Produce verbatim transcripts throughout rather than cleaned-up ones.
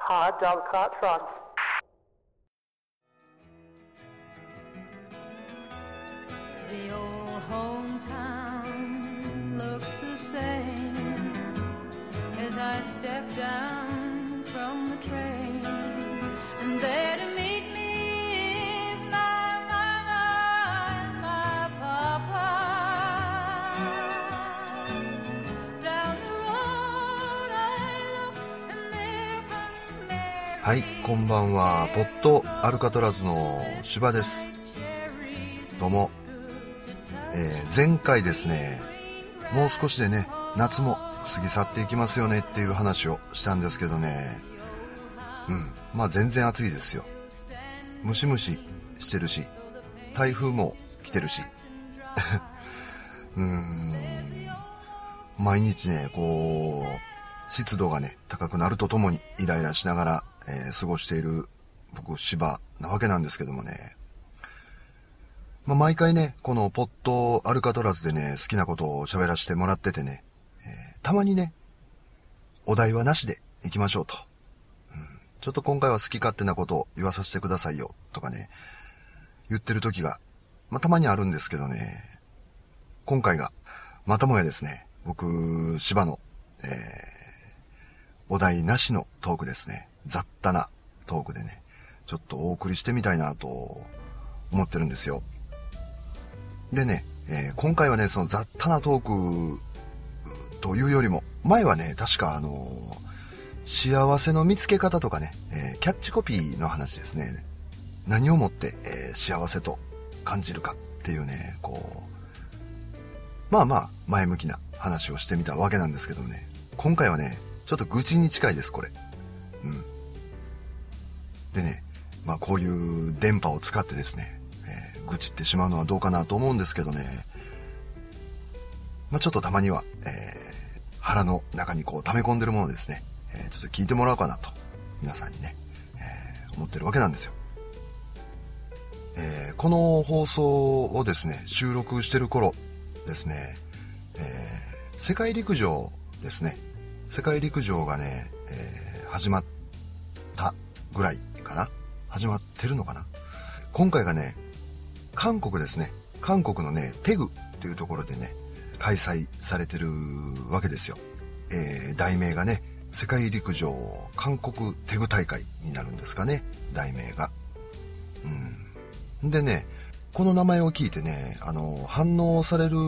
Hard dog cart trot. The old hometown looks the same as I step down from the train, and there to meet me is my mama and my papa. Down the road I look and there comes Mary. はい、こんばんは。ポットアルカトラズの柴です。どうも。えー、前回ですね、もう少しでね、夏も過ぎ去っていきますよねっていう話をしたんですけどね、うん、まあ全然暑いですよ。ムシムシしてるし、台風も来てるし、うーん、毎日ね、こう、湿度がね、高くなるとともにイライラしながら、えー、過ごしている僕、柴なわけなんですけどもね、まあ、毎回ね、このポットアルカトラズでね、好きなことを喋らせてもらっててね、えー、たまにね、お題はなしで行きましょうと、うん。ちょっと今回は好き勝手なことを言わさせてくださいよとかね、言ってる時が、まあ、たまにあるんですけどね、今回が、またもやですね、僕、柴の、えー、お題なしのトークですね、雑多なトークでね、ちょっとお送りしてみたいなと思ってるんですよ。でね、えー、今回はね、その雑多なトークというよりも、前はね、確かあのー、幸せの見つけ方とかね、えー、キャッチコピーの話ですね。何をもって、えー、幸せと感じるかっていうね、こう、まあまあ前向きな話をしてみたわけなんですけどね、今回はね、ちょっと愚痴に近いです、これ。うん。でね、まあこういう電波を使ってですね、愚痴ってしまうのはどうかなと思うんですけどね、まあ、ちょっとたまには、えー、腹の中にこう溜め込んでるものですね、えー、ちょっと聞いてもらおうかなと皆さんにね、えー、思ってるわけなんですよ。えー、この放送をですね収録してる頃ですね、えー、世界陸上ですね世界陸上がね、えー、始まったぐらいかな始まってるのかな今回がね韓国ですね。韓国のね、テグっていうところでね、開催されてるわけですよ。えー、題名がね、世界陸上韓国テグ大会になるんですかね、題名が。うん。でね、この名前を聞いてね、あの、反応される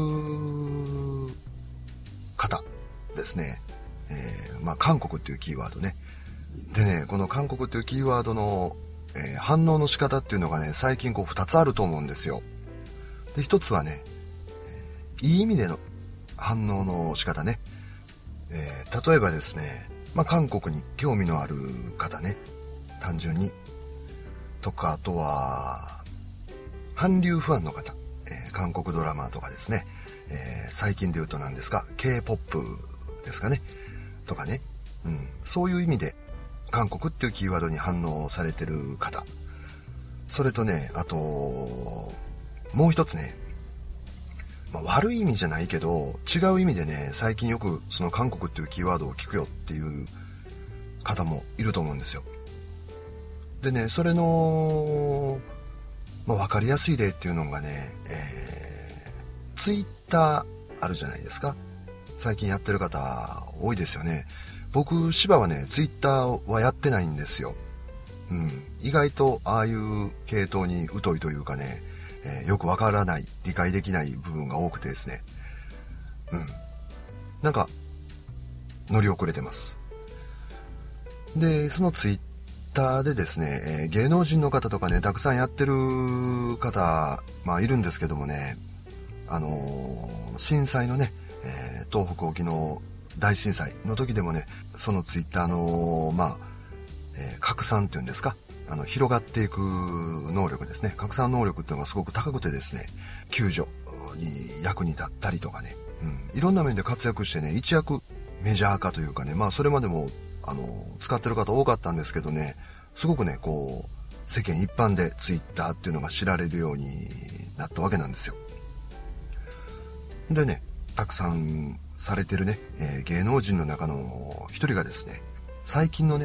方ですね。えー、まあ、韓国っていうキーワードね。でね、この韓国っていうキーワードのえー、反応の仕方っていうのがね最近こう二つあると思うんですよ。で一つはね、えー、いい意味での反応の仕方ね、えー、例えばですね、まあ、韓国に興味のある方ね単純にとか、あとは韓流ファンの方、えー、韓国ドラマとかですね、えー、最近で言うと何ですか K-ポップ ですかねとかね、うん、そういう意味で韓国っていうキーワードに反応されてる方、それとね、あともう一つね、まあ、悪い意味じゃないけど違う意味でね最近よくその韓国っていうキーワードを聞くよっていう方もいると思うんですよ。でね、それの、まあ、分かりやすい例っていうのがね、えー、ツイッターあるじゃないですか。最近やってる方多いですよね。僕、柴はね、ツイッターはやってないんですよ。うん。意外と、ああいう系統に疎いというかね、えー、よくわからない、理解できない部分が多くてですね。うん。なんか、乗り遅れてます。で、そのツイッターでですね、えー、芸能人の方とかね、たくさんやってる方、まあいるんですけどもね、あのー、震災のね、えー、東北沖の大震災の時でもね、そのツイッターの、まあ、えー、拡散っていうんですか、あの、広がっていく能力ですね。拡散能力っていうのがすごく高くてですね、救助に役に立ったりとかね、うん、いろんな面で活躍してね、一躍メジャー化というかね、まあ、それまでも、あの、使ってる方多かったんですけどね、すごくね、こう、世間一般でツイッターっていうのが知られるようになったわけなんですよ。でね、たくさんされてるね、えー、芸能人の中の一人がですね、最近のね、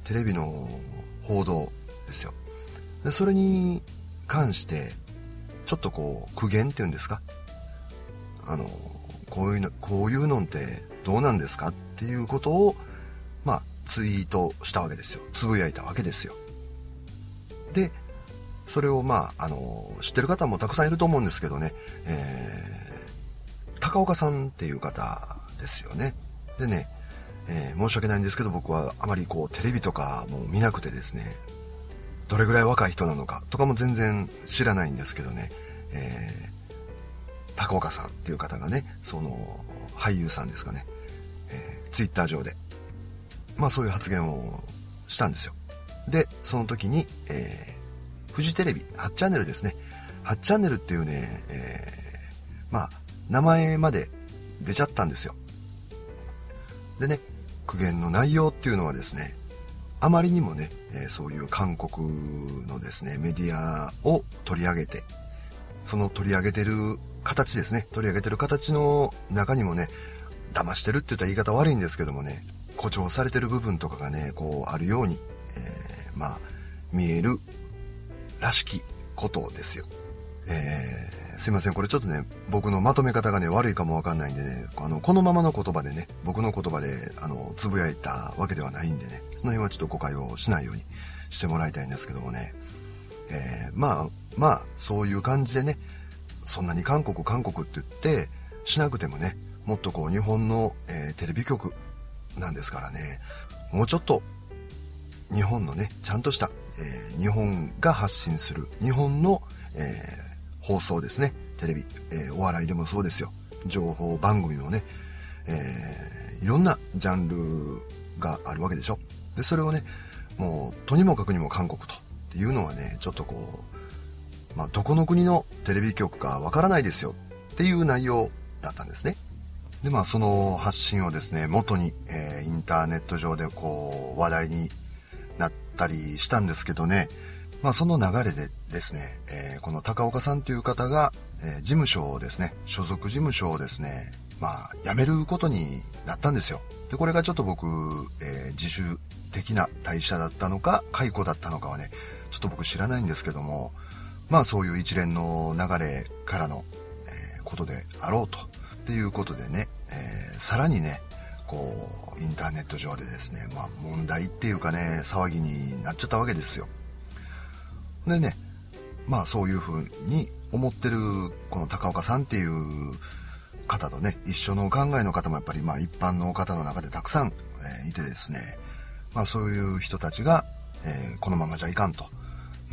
テレビの報道ですよ。でそれに関してちょっとこう苦言っていうんですか、あのこういうのこういうのってどうなんですかっていうことをまあツイートしたわけですよ。つぶやいたわけですよ。でそれをまああの知ってる方もたくさんいると思うんですけどね、えー、高岡さんっていう方ですよね。でね、えー、申し訳ないんですけど僕はあまりこうテレビとかも見なくてですね、どれぐらい若い人なのかとかも全然知らないんですけどね、えー、高岡さんっていう方がね、その俳優さんですかね、えー、ツイッター上でまあそういう発言をしたんですよ。でその時に、えー、フジテレビはちチャンネルですね、はちチャンネルっていうね、えー、まあ名前まで出ちゃったんですよ。でね、苦言の内容っていうのはですね、あまりにもね、えー、そういう韓国のですねメディアを取り上げて、その取り上げてる形ですね、取り上げてる形の中にもね、騙してるって言ったら言い方悪いんですけどもね、誇張されてる部分とかがねこうあるように、えー、まあ見えるらしきことですよ。えー、すいません、これちょっとね僕のまとめ方がね悪いかもわかんないんでね、あのこのままの言葉でね、僕の言葉であのつぶやいたわけではないんでね、その辺はちょっと誤解をしないようにしてもらいたいんですけどもね、えー、まあまあそういう感じでね、そんなに韓国韓国って言ってしなくてもね、もっとこう日本の、えー、テレビ局なんですからね、もうちょっと日本のねちゃんとした、えー、日本が発信する日本の、えー、放送ですね、テレビ、えー、お笑いでもそうですよ、情報番組もね、えー、いろんなジャンルがあるわけでしょ。でそれをねもうとにもかくにも韓国とっていうのはね、ちょっとこうまあどこの国のテレビ局かわからないですよっていう内容だったんですね。でまあその発信をですね元に、えー、インターネット上でこう話題になったりしたんですけどね、まあその流れでですね、えー、この高岡さんという方が、えー、事務所をですね、所属事務所をですね、まあ辞めることになったんですよ。でこれがちょっと僕、えー、自主的な退社だったのか解雇だったのかはねちょっと僕知らないんですけども、まあそういう一連の流れからの、えー、ことであろうとっていうことでね、えー、さらにねこうインターネット上でですね、まあ問題っていうかね騒ぎになっちゃったわけですよ。でね、まあそういうふうに思ってるこの高岡さんっていう方とね一緒の考えの方もやっぱりまあ一般の方の中でたくさん、えー、いてですね、まあそういう人たちが、えー、このままじゃいかんと、うん、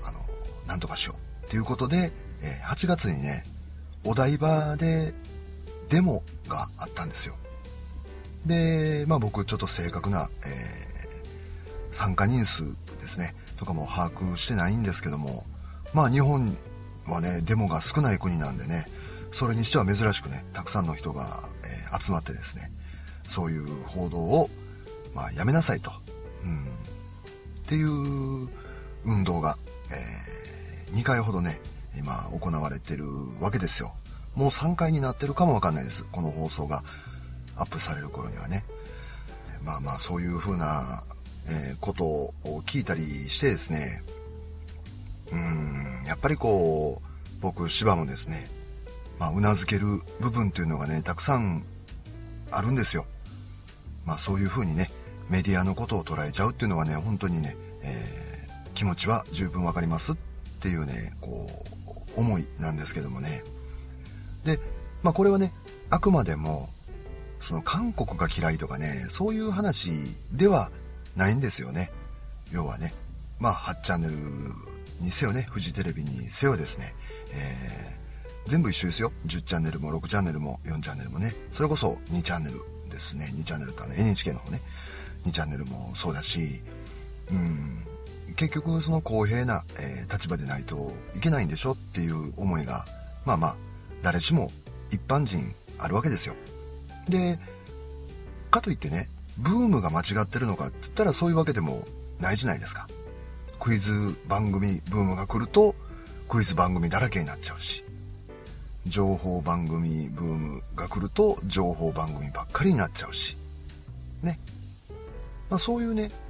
あのなんとかしようっていうことで、えー、はちがつにねお台場でデモがあったんですよ。で、まあ僕ちょっと正確な、えー、参加人数ですねとかも把握してないんですけども、まあ日本はねデモが少ない国なんでね、それにしては珍しくねたくさんの人が、えー、集まってですね、そういう報道を、まあ、やめなさいと、うん、っていう運動が、えー、にかいほどね今行われてるわけですよ。もうさんかいになってるかもわかんないです、この放送がアップされる頃にはね。まあまあそういう風な、えー、ことを聞いたりしてですね、うーんやっぱりこう僕芝もですね、まあうなずける部分というのがねたくさんあるんですよ。まあそういう風にねメディアのことを捉えちゃうっていうのはね本当にね、えー、気持ちは十分わかりますっていうねこう思いなんですけどもね。でまあこれはねあくまでもその韓国が嫌いとかねそういう話ではないんですよね。要はねまあはちチャンネルにせよねフジテレビにせよですね、えー、全部一緒ですよ。じゅうチャンネルもろくチャンネルもよんチャンネルもね、それこそにチャンネルですね。にチャンネルってあの エヌエイチケー の方ね、にチャンネルもそうだし、うん結局その公平な、えー、立場でないといけないんでしょっていう思いがまあまあ誰しも一般人あるわけですよ。でかといってねブームが間違ってるのかって言ったらそういうわけでもないじゃないですか。クイズ番組ブームが来るとクイズ番組だらけになっちゃうし、情報番組ブームが来ると情報番組ばっかりになっちゃうしね、まあ、そういうね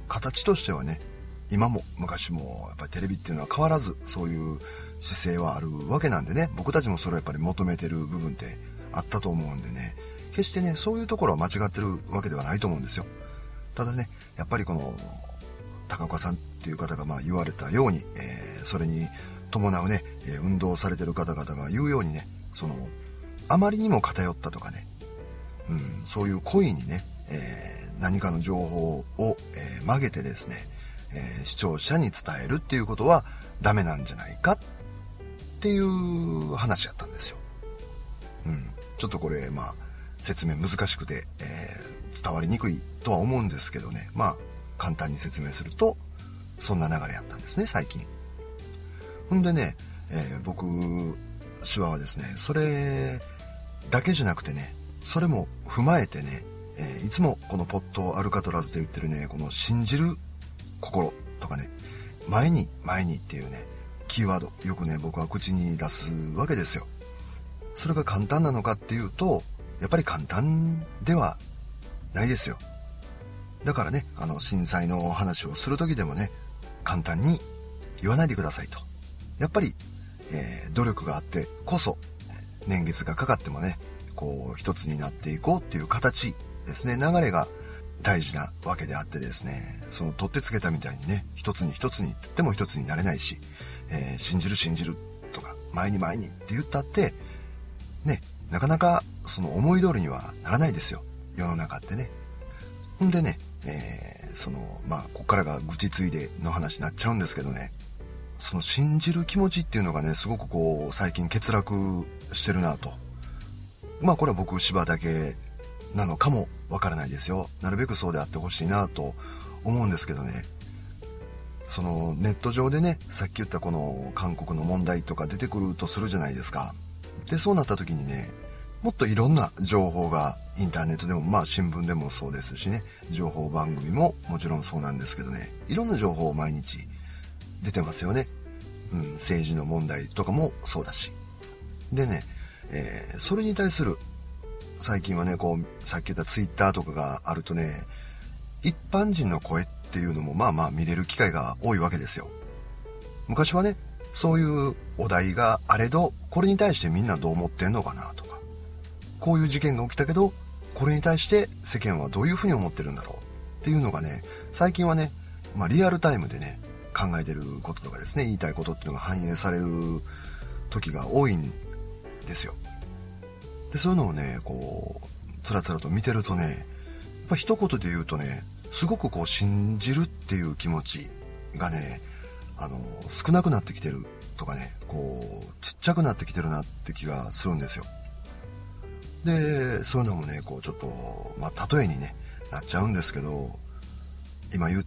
形としてはね、今も昔もやっぱりテレビっていうのは変わらずそういう姿勢はあるわけなんでね、僕たちもそれをやっぱり求めてる部分ってあったと思うんでね、決してねそういうところは間違ってるわけではないと思うんですよ。ただね、やっぱりこの高岡さんっていう方がまあ言われたように、えー、それに伴うね、えー、運動されてる方々が言うようにね、そのあまりにも偏ったとかね、うん、そういう故意にね、えー、何かの情報を、えー、曲げてですね、えー、視聴者に伝えるっていうことはダメなんじゃないかっていう話やったんですよ。うん、ちょっとこれまあ説明難しくて、えー、伝わりにくいとは思うんですけどね、まあ簡単に説明するとそんな流れやったんですね、最近。ほんでね、えー、僕手話はですね、それだけじゃなくてね、それも踏まえてね、えー、いつもこのポットアルカトラズで言ってるね、この信じる心とかね、前に前にっていうねキーワード、よくね僕は口に出すわけですよ。それが簡単なのかっていうと、やっぱり簡単ではないですよ。だからね、あの震災の話をする時でもね、簡単に言わないでくださいと。やっぱり、えー、努力があってこそ、年月がかかってもね、こう一つになっていこうっていう形ですね、流れが大事なわけであってですね、その取ってつけたみたいにね、一つに一つに言っても一つになれないし、えー、信じる信じるとか前に前にって言ったってね、なかなかその思い通りにはならないですよ、世の中ってね。ほんでね、えー、そのまあここからが愚痴ついでの話になっちゃうんですけどね、その信じる気持ちっていうのがね、すごくこう最近欠落してるなと。まあこれは僕芝だけなのかもわからないですよ。なるべくそうであってほしいなと思うんですけどね、そのネット上でね、さっき言ったこの韓国の問題とか出てくるとするじゃないですか。でそうなった時にね、もっといろんな情報がインターネットでも、まあ新聞でもそうですしね、情報番組ももちろんそうなんですけどね、いろんな情報を毎日出てますよね。うん、政治の問題とかもそうだし。でね、えー、それに対する最近はね、こうさっき言ったツイッターとかがあるとね、一般人の声っていうのもまあまあ見れる機会が多いわけですよ。昔はね、そういうお題があれど、これに対してみんなどう思ってんのかなとか、こういう事件が起きたけどこれに対して世間はどういうふうに思ってるんだろうっていうのがね、最近はね、まあ、リアルタイムでね考えてることとかですね、言いたいことっていうのが反映される時が多いんですよ。でそういうのをね、こうつらつらと見てるとね、やっぱ一言で言うとね、すごくこう信じるっていう気持ちがね、あの少なくなってきてるとかね、こうちっちゃくなってきてるなって気がするんですよ。でそういうのもね、こうちょっとまあ例えにねなっちゃうんですけど、今言った、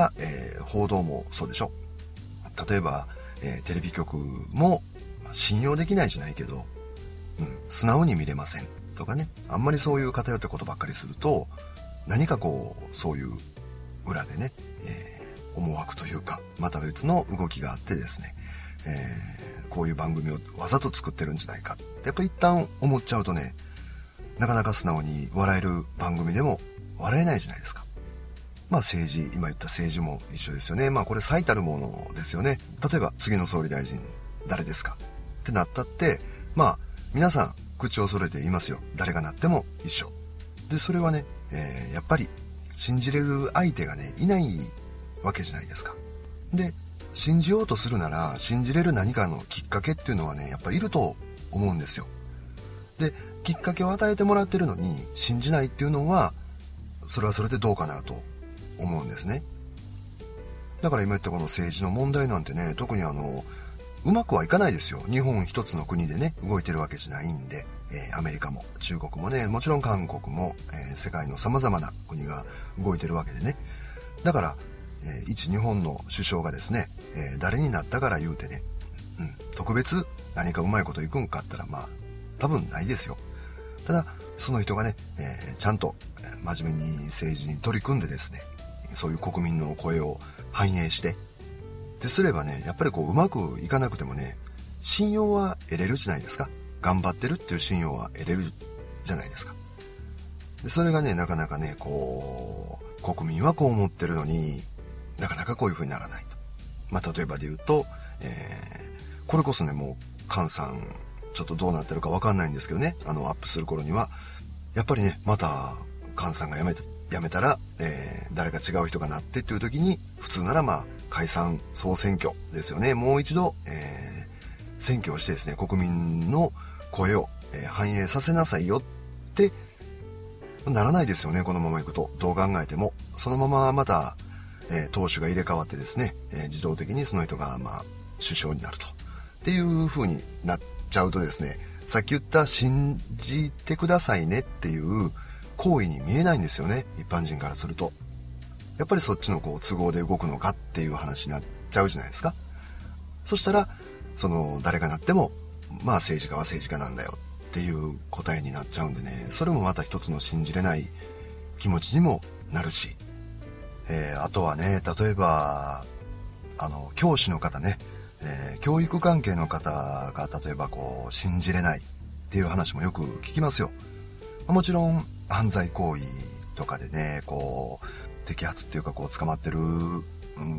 えー、報道もそうでしょ。例えば、えー、テレビ局も、まあ、信用できないじゃないけど、うん、素直に見れませんとかね、あんまりそういう偏ったことばっかりすると、何かこうそういう裏でね、えー、思惑というかまた別の動きがあってですね、えー、こういう番組をわざと作ってるんじゃないかってやっぱ一旦思っちゃうとね、なかなか素直に笑える番組でも笑えないじゃないですか。まあ政治、今言った政治も一緒ですよね。まあこれ最たるものですよね。例えば次の総理大臣誰ですかってなったって、まあ皆さん口を揃えて言いますよ。誰がなっても一緒。でそれはね、えー、やっぱり信じれる相手がねいないわけじゃないですか。で信じようとするなら信じれる何かのきっかけっていうのはね、やっぱいると思うんですよ。できっかけを与えてもらってるのに信じないっていうのは、それはそれでどうかなと思うんですね。だから今言ったこの政治の問題なんてね、特にあのうまくはいかないですよ。日本一つの国でね動いてるわけじゃないんで、えー、アメリカも中国もね、もちろん韓国も、えー、世界の様々な国が動いてるわけでね。だから、えー、一日本の首相がですね、えー、誰になったから言うてね、うん、特別何かうまいこといくんかったらまあ多分ないですよ。ただその人がね、えー、ちゃんと真面目に政治に取り組んでですね、そういう国民の声を反映してですればね、やっぱりこううまくいかなくてもね、信用は得れるじゃないですか。頑張ってるっていう信用は得れるじゃないですか。でそれがね、なかなかね、こう国民はこう思ってるのになかなかこういう風にならないと。まあ例えばで言うと、えー、これこそねもう菅さんちょっとどうなってるかわかんないんですけどね、あのアップする頃にはやっぱりねまた菅さんが辞めた辞めたら、えー、誰か違う人がなってっていう時に普通ならまあ解散総選挙ですよね。もう一度、えー、選挙をしてですね国民の声を、えー、反映させなさいよってならないですよね。このままいくとどう考えてもそのまままた、えー、党首が入れ替わってですね、えー、自動的にその人がまあ首相になるとっていう風になっちゃうとですね、さっき言った信じてくださいねっていう行為に見えないんですよね、一般人からすると。やっぱりそっちのこう都合で動くのかっていう話になっちゃうじゃないですか。そしたらその誰がなってもまあ政治家は政治家なんだよっていう答えになっちゃうんでね、それもまた一つの信じれない気持ちにもなるし、えー、あとはね、例えばあの教師の方ね、えー、教育関係の方が例えばこう信じれないっていう話もよく聞きますよ。もちろん犯罪行為とかでねこう摘発っていうかこう捕まってる、うん、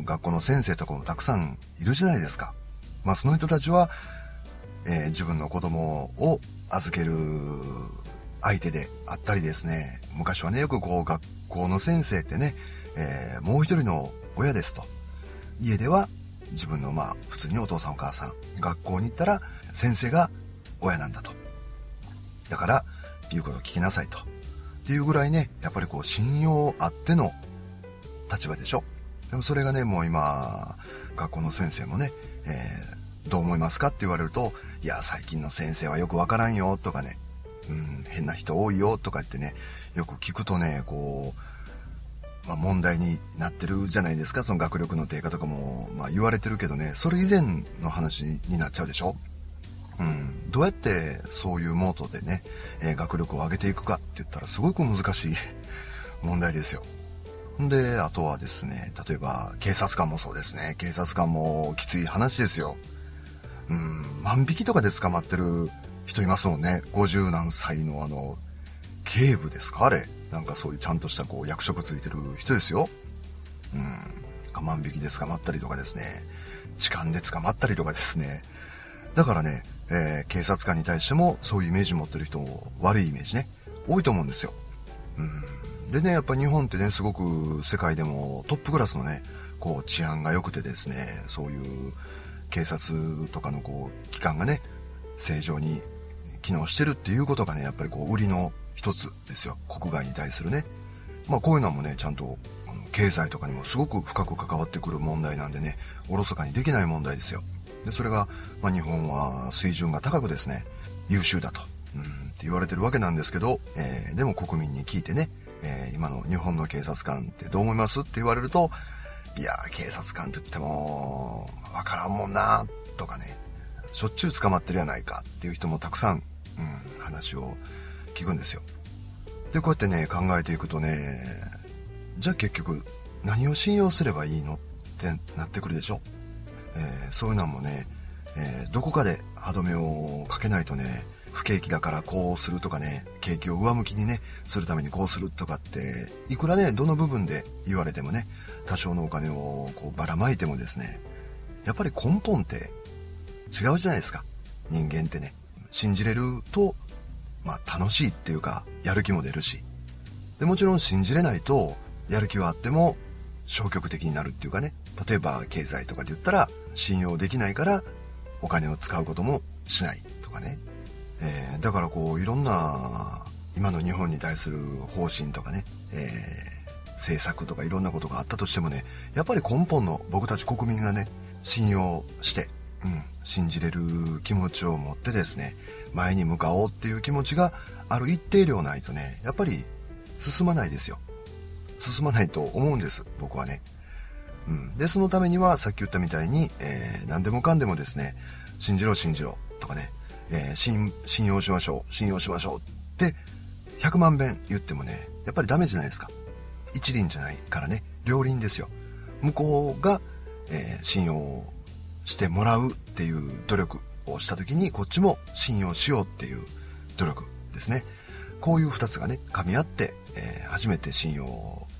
学校の先生とかもたくさんいるじゃないですか。まあその人たちは、えー、自分の子供を預ける相手であったりですね、昔はねよくこう学校の先生ってね、えー、もう一人の親ですと。家では自分のまあ普通にお父さんお母さん、学校に行ったら先生が親なんだと。だから言うことを聞きなさいとっていうぐらいね、やっぱりこう信用あっての立場でしょ。でもそれがねもう今学校の先生もね、えー、どう思いますかって言われると、いや最近の先生はよくわからんよとかね、うん、変な人多いよとかってねよく聞くとねこう、まあ、問題になってるじゃないですか。その学力の低下とかも、まあ、言われてるけどね、それ以前の話になっちゃうでしょ。うん、どうやってそういうモードでね、えー、学力を上げていくかって言ったらすごく難しい問題ですよ。で、あとはですね、例えば警察官もそうですね。警察官もきつい話ですよ。うん、万引きとかで捕まってる人いますもんね。ごじゅう何歳のあの警部ですかあれ。なんかそういうちゃんとしたこう役職ついてる人ですよ。うん、万引きで捕まったりとかですね、痴漢で捕まったりとかですね。だからね、えー、警察官に対してもそういうイメージ持ってる人も悪いイメージね多いと思うんですよ。うんでね、やっぱ日本ってねすごく世界でもトップクラスのねこう治安が良くてですね、そういう警察とかのこう機関がね正常に機能してるっていうことがねやっぱりこう売りの一つですよ、国外に対するね。まあこういうのもねちゃんと経済とかにもすごく深く関わってくる問題なんでね、おろそかにできない問題ですよ。でそれが、まあ、日本は水準が高くですね優秀だと、うん、って言われてるわけなんですけど、えー、でも国民に聞いてね、えー、今の日本の警察官ってどう思いますって言われると、いや警察官と言ってもわからんもんなとかね、しょっちゅう捕まってるやないかっていう人もたくさん、うん、話を聞くんですよ。でこうやってね考えていくとね、じゃあ結局何を信用すればいいのってなってくるでしょ。えー、そういうのもね、えー、どこかで歯止めをかけないとね、不景気だからこうするとかね、景気を上向きにねするためにこうするとかっていくらねどの部分で言われてもね、多少のお金をこうばらまいてもですね、やっぱり根本って違うじゃないですか。人間ってね、信じれるとまあ楽しいっていうかやる気も出るし、でもちろん信じれないとやる気はあっても消極的になるっていうかね、例えば経済とかで言ったら信用できないからお金を使うこともしないとかね、えー、だからこういろんな今の日本に対する方針とかね、えー、政策とかいろんなことがあったとしてもね、やっぱり根本の僕たち国民がね信用して、うん、信じれる気持ちを持ってですね前に向かおうっていう気持ちがある一定量ないとねやっぱり進まないですよ。進まないと思うんです僕はね。うん、でそのためにはさっき言ったみたいに、えー、何でもかんでもですね信じろ信じろとかね、えー、信, 信用しましょう信用しましょうってひゃくまんべん言ってもねやっぱりダメじゃないですか。一輪じゃないからね、両輪ですよ。向こうが、えー、信用してもらうっていう努力をした時にこっちも信用しようっていう努力ですね。こういう二つがね噛み合って、えー、初めて信用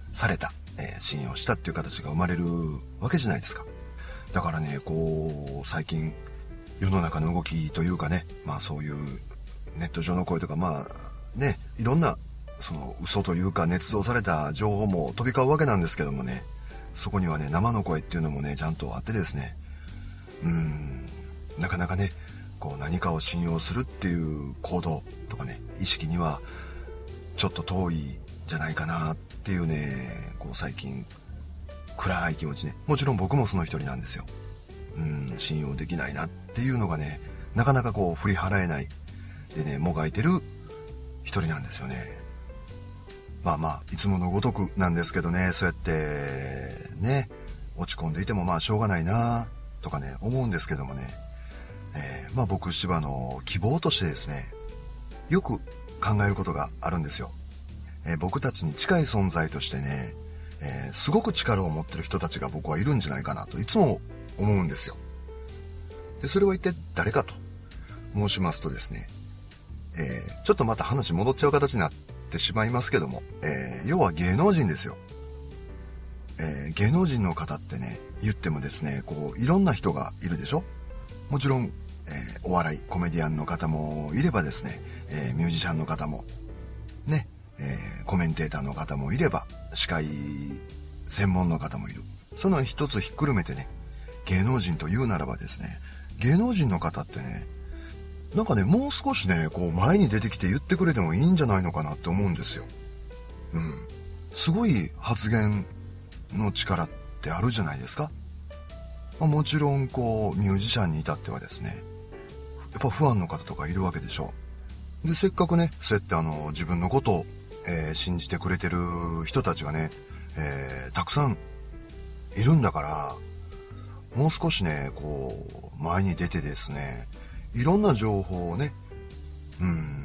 された、えー、信用したっていう形が生まれるわけじゃないですか。だからね、こう、最近、世の中の動きというかね、まあそういうネット上の声とか、まあね、いろんな、その嘘というか捏造された情報も飛び交うわけなんですけどもね、そこにはね、生の声っていうのもね、ちゃんとあってですね、うーん、なかなかね、こう何かを信用するっていう行動とかね、意識にはちょっと遠いじゃないかなっていうね、こう最近暗い気持ちね、もちろん僕もその一人なんですよ。うん、信用できないなっていうのがね、なかなかこう振り払えないでね、もがいてる一人なんですよね。まあまあいつものごとくなんですけどね、そうやってね、落ち込んでいてもまあしょうがないなとかね思うんですけどもね、えー、まあ僕芝の希望としてですね、よく考えることがあるんですよ。えー、僕たちに近い存在としてね、えー、すごく力を持ってる人たちが僕はいるんじゃないかなといつも思うんですよ。で、それは一体誰かと申しますとですね、えー、ちょっとまた話戻っちゃう形になってしまいますけども、えー、要は芸能人ですよ。えー、芸能人の方ってね、言ってもですね、こういろんな人がいるでしょ。もちろん、えー、お笑いコメディアンの方もいればですね、えー、ミュージシャンの方もね、えー、コメンテーターの方もいれば、司会専門の方もいる。その一つひっくるめてね、芸能人というならばですね、芸能人の方ってね、なんかね、もう少しね、こう前に出てきて言ってくれてもいいんじゃないのかなって思うんですよ。うん。すごい発言の力ってあるじゃないですか。まあ、もちろんこうミュージシャンに至ってはですね、やっぱファンの方とかいるわけでしょう。で、せっかくね、そうやってあの自分のことを、えー、信じてくれてる人たちがね、えー、たくさんいるんだから、もう少しね、こう前に出てですね、いろんな情報をね、うん、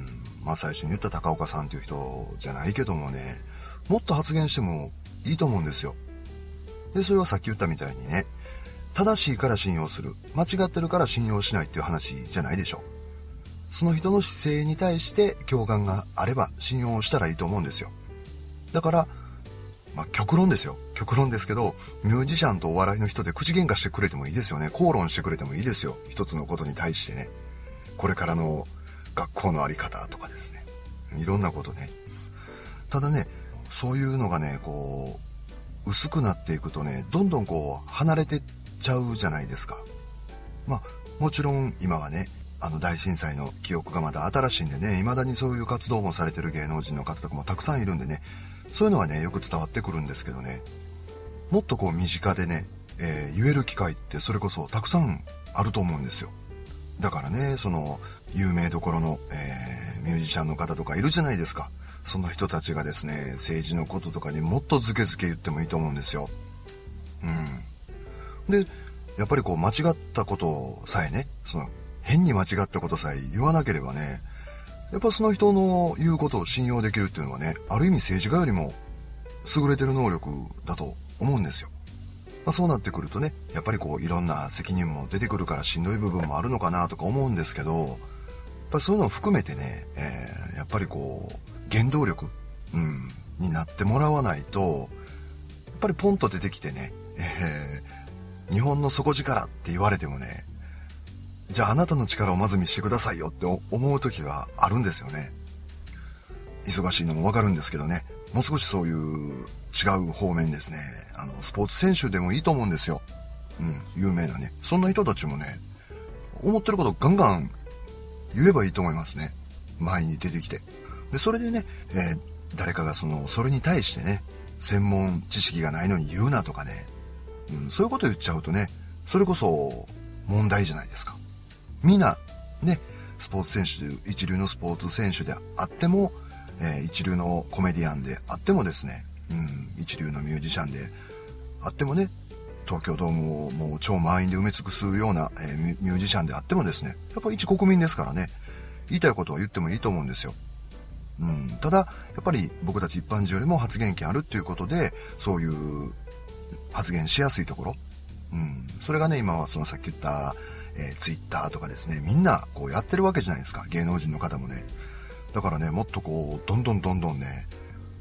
まあ最初に言った高岡さんという人じゃないけどもね、もっと発言してもいいと思うんですよ。で、それはさっき言ったみたいにね、正しいから信用する、間違ってるから信用しないっていう話じゃないでしょ。その人の姿勢に対して共感があれば信用したらいいと思うんですよ。だから、まあ極論ですよ。極論ですけど、ミュージシャンとお笑いの人で口喧嘩してくれてもいいですよね。口論してくれてもいいですよ。一つのことに対してね。これからの学校のあり方とかですね。いろんなことね。ただね、そういうのがね、こう、薄くなっていくとね、どんどんこう、離れてっちゃうじゃないですか。まあ、もちろん今はね、あの大震災の記憶がまだ新しいんでね、未だにそういう活動もされてる芸能人の方とかもたくさんいるんでね、そういうのはね、よく伝わってくるんですけどね、もっとこう身近でね、えー、言える機会ってそれこそたくさんあると思うんですよ。だからね、その有名どころの、えー、ミュージシャンの方とかいるじゃないですか。その人たちがですね、政治のこととかにもっとズケズケ言ってもいいと思うんですよ。うん。で、やっぱりこう間違ったことさえね、その変に間違ったことさえ言わなければね、やっぱその人の言うことを信用できるっていうのはね、ある意味政治家よりも優れてる能力だと思うんですよ。まあ、そうなってくるとね、やっぱりこういろんな責任も出てくるからしんどい部分もあるのかなとか思うんですけど、やっぱりそういうのを含めてね、えー、やっぱりこう原動力、うん、になってもらわないと、やっぱりポンと出てきてね、えー、日本の底力って言われてもね、じゃああなたの力をまず見せてくださいよって思う時があるんですよね。忙しいのもわかるんですけどね、もう少しそういう違う方面ですね、あのスポーツ選手でもいいと思うんですよ。うん、有名なね、そんな人たちもね、思ってることガンガン言えばいいと思いますね。前に出てきて、でそれでね、えー、誰かがそのそれに対してね、専門知識がないのに言うなとかね、うん、そういうこと言っちゃうとね、それこそ問題じゃないですか。みんなね、スポーツ選手で一流のスポーツ選手であっても、えー、一流のコメディアンであってもですね、うん、一流のミュージシャンであってもね、東京ドームをもう超満員で埋め尽くすような、えー、ミュージシャンであってもですね、やっぱ一国民ですからね、言いたいことは言ってもいいと思うんですよ。うん、ただやっぱり僕たち一般人よりも発言権あるっていうことで、そういう発言しやすいところ、うん、それがね、今はそのさっき言ったえー、ツイッターとかですね、みんなこうやってるわけじゃないですか、芸能人の方もね。だからね、もっとこうどんどんどんどんね、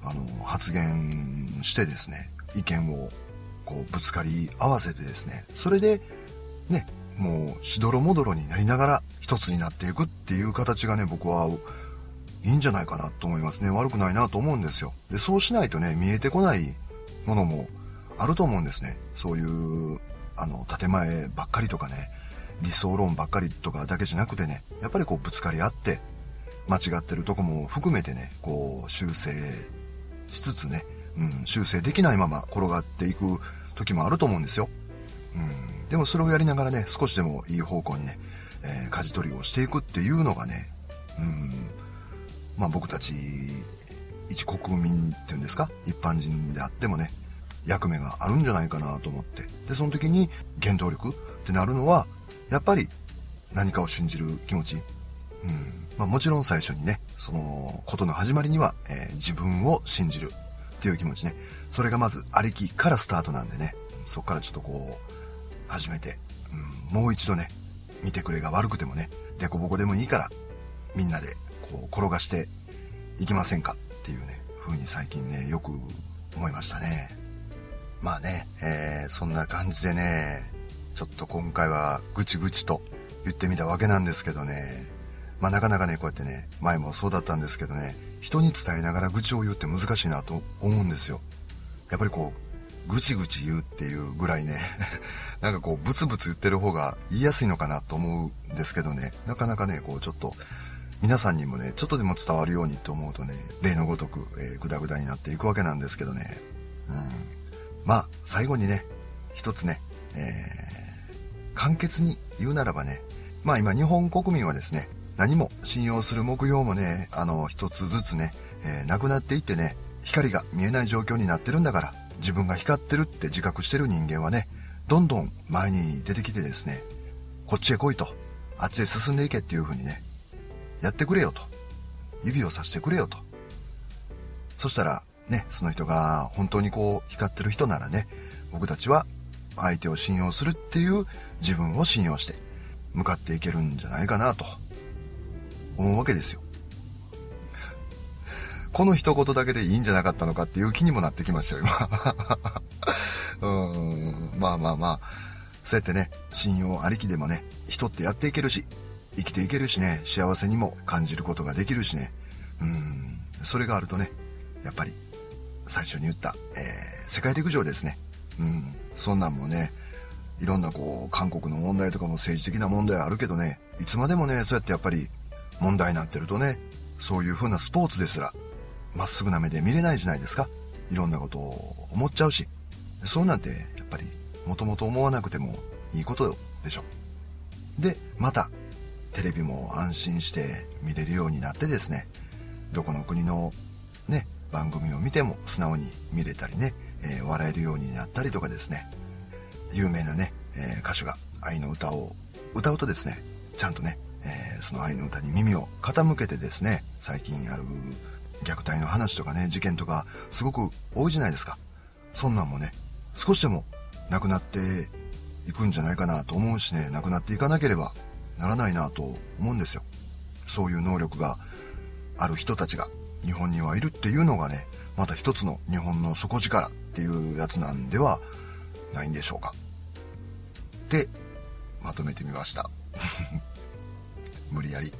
あの発言してですね、意見をこうぶつかり合わせてですね、それでね、もうしどろもどろになりながら一つになっていくっていう形がね、僕はいいんじゃないかなと思いますね。悪くないなと思うんですよ。で、そうしないとね、見えてこないものもあると思うんですね。そういうあの建前ばっかりとかね、理想論ばっかりとかだけじゃなくてね、やっぱりこうぶつかり合って間違ってるとこも含めてね、こう修正しつつね、うん、修正できないまま転がっていく時もあると思うんですよ。うん、でもそれをやりながらね、少しでもいい方向にね、えー、舵取りをしていくっていうのがね、うん、まあ僕たち一国民っていうんですか、一般人であってもね、役目があるんじゃないかなと思って、でその時に原動力ってなるのはやっぱり何かを信じる気持ち、うん、まあ、もちろん最初にね、そのことの始まりには、えー、自分を信じるっていう気持ちね、それがまずありきからスタートなんでね、そこからちょっとこう始めて、うん、もう一度ね、見てくれが悪くてもね、デコボコでもいいからみんなでこう転がしていきませんかっていうね風に最近ねよく思いましたね。まあね、えー、そんな感じでね、ちょっと今回はぐちぐちと言ってみたわけなんですけどね、まあなかなかね、こうやってね、前もそうだったんですけどね、人に伝えながら愚痴を言うって難しいなと思うんですよ。やっぱりこうぐちぐち言うっていうぐらいねなんかこうブツブツ言ってる方が言いやすいのかなと思うんですけどね、なかなかね、こうちょっと皆さんにもね、ちょっとでも伝わるようにと思うとね、例のごとく、えー、グダグダになっていくわけなんですけどね、うん、まあ最後にね、一つね、えー、簡潔に言うならばね、まあ今日本国民はですね、何も信用する目標もね、あの一つずつね、えー、なくなっていってね、光が見えない状況になってるんだから、自分が光ってるって自覚してる人間はね、どんどん前に出てきてですね、こっちへ来いと、あっちへ進んでいけっていう風にね、やってくれよと、指をさしてくれよと。そしたらね、その人が本当にこう光ってる人ならね、僕たちは相手を信用するっていう自分を信用して向かっていけるんじゃないかなと思うわけですよ。この一言だけでいいんじゃなかったのかっていう気にもなってきましたよ今うーん、まあまあまあ、そうやってね、信用ありきでもね、人ってやっていけるし、生きていけるしね、幸せにも感じることができるしね、うーん、それがあるとね、やっぱり最初に言った、えー、世界陸上ですね、うん、そんなんもね、いろんなこう韓国の問題とかも政治的な問題あるけどね、いつまでもね、そうやってやっぱり問題になってるとね、そういう風なスポーツですらまっすぐな目で見れないじゃないですか。いろんなことを思っちゃうし、そうなんてやっぱりもともと思わなくてもいいことでしょ。でまたテレビも安心して見れるようになってですね、どこの国のね番組を見ても素直に見れたりね、えー、笑えるようになったりとかですね、有名なね、えー、歌手が愛の歌を歌うとですね、ちゃんとね、えー、その愛の歌に耳を傾けてですね、最近ある虐待の話とかね、事件とかすごく多いじゃないですか。そんなんもね、少しでもなくなっていくんじゃないかなと思うしね、なくなっていかなければならないなと思うんですよ。そういう能力がある人たちが日本にはいるっていうのがね、また一つの日本の底力っていうやつなんではないんでしょうか。でまとめてみました無理やり。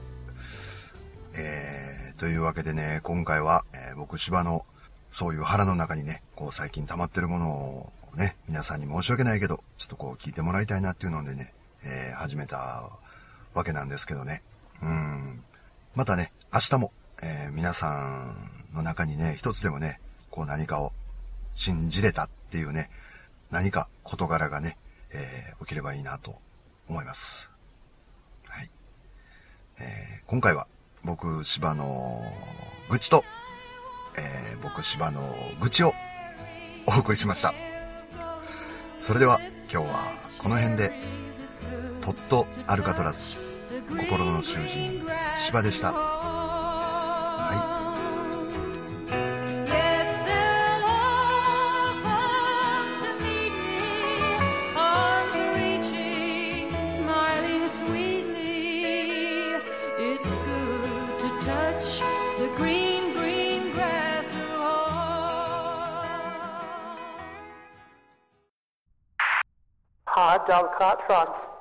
えー、というわけでね、今回は、えー、僕芝のそういう腹の中にね、こう最近溜まってるものをね、皆さんに申し訳ないけどちょっとこう聞いてもらいたいなっていうのでね、えー、始めたわけなんですけどね、うーん、またね明日も、えー、皆さんの中にね一つでもね、こう何かを信じれたっていうね、何か事柄がね、えー、起きればいいなと思います。はい、えー、今回は僕芝の愚痴と、えー、僕芝の愚痴をお送りしました。それでは今日はこの辺で。ポッドアルカトラズ、心の囚人芝でした。 It's good to touch the green, green grass of home. hard dog cart frogs.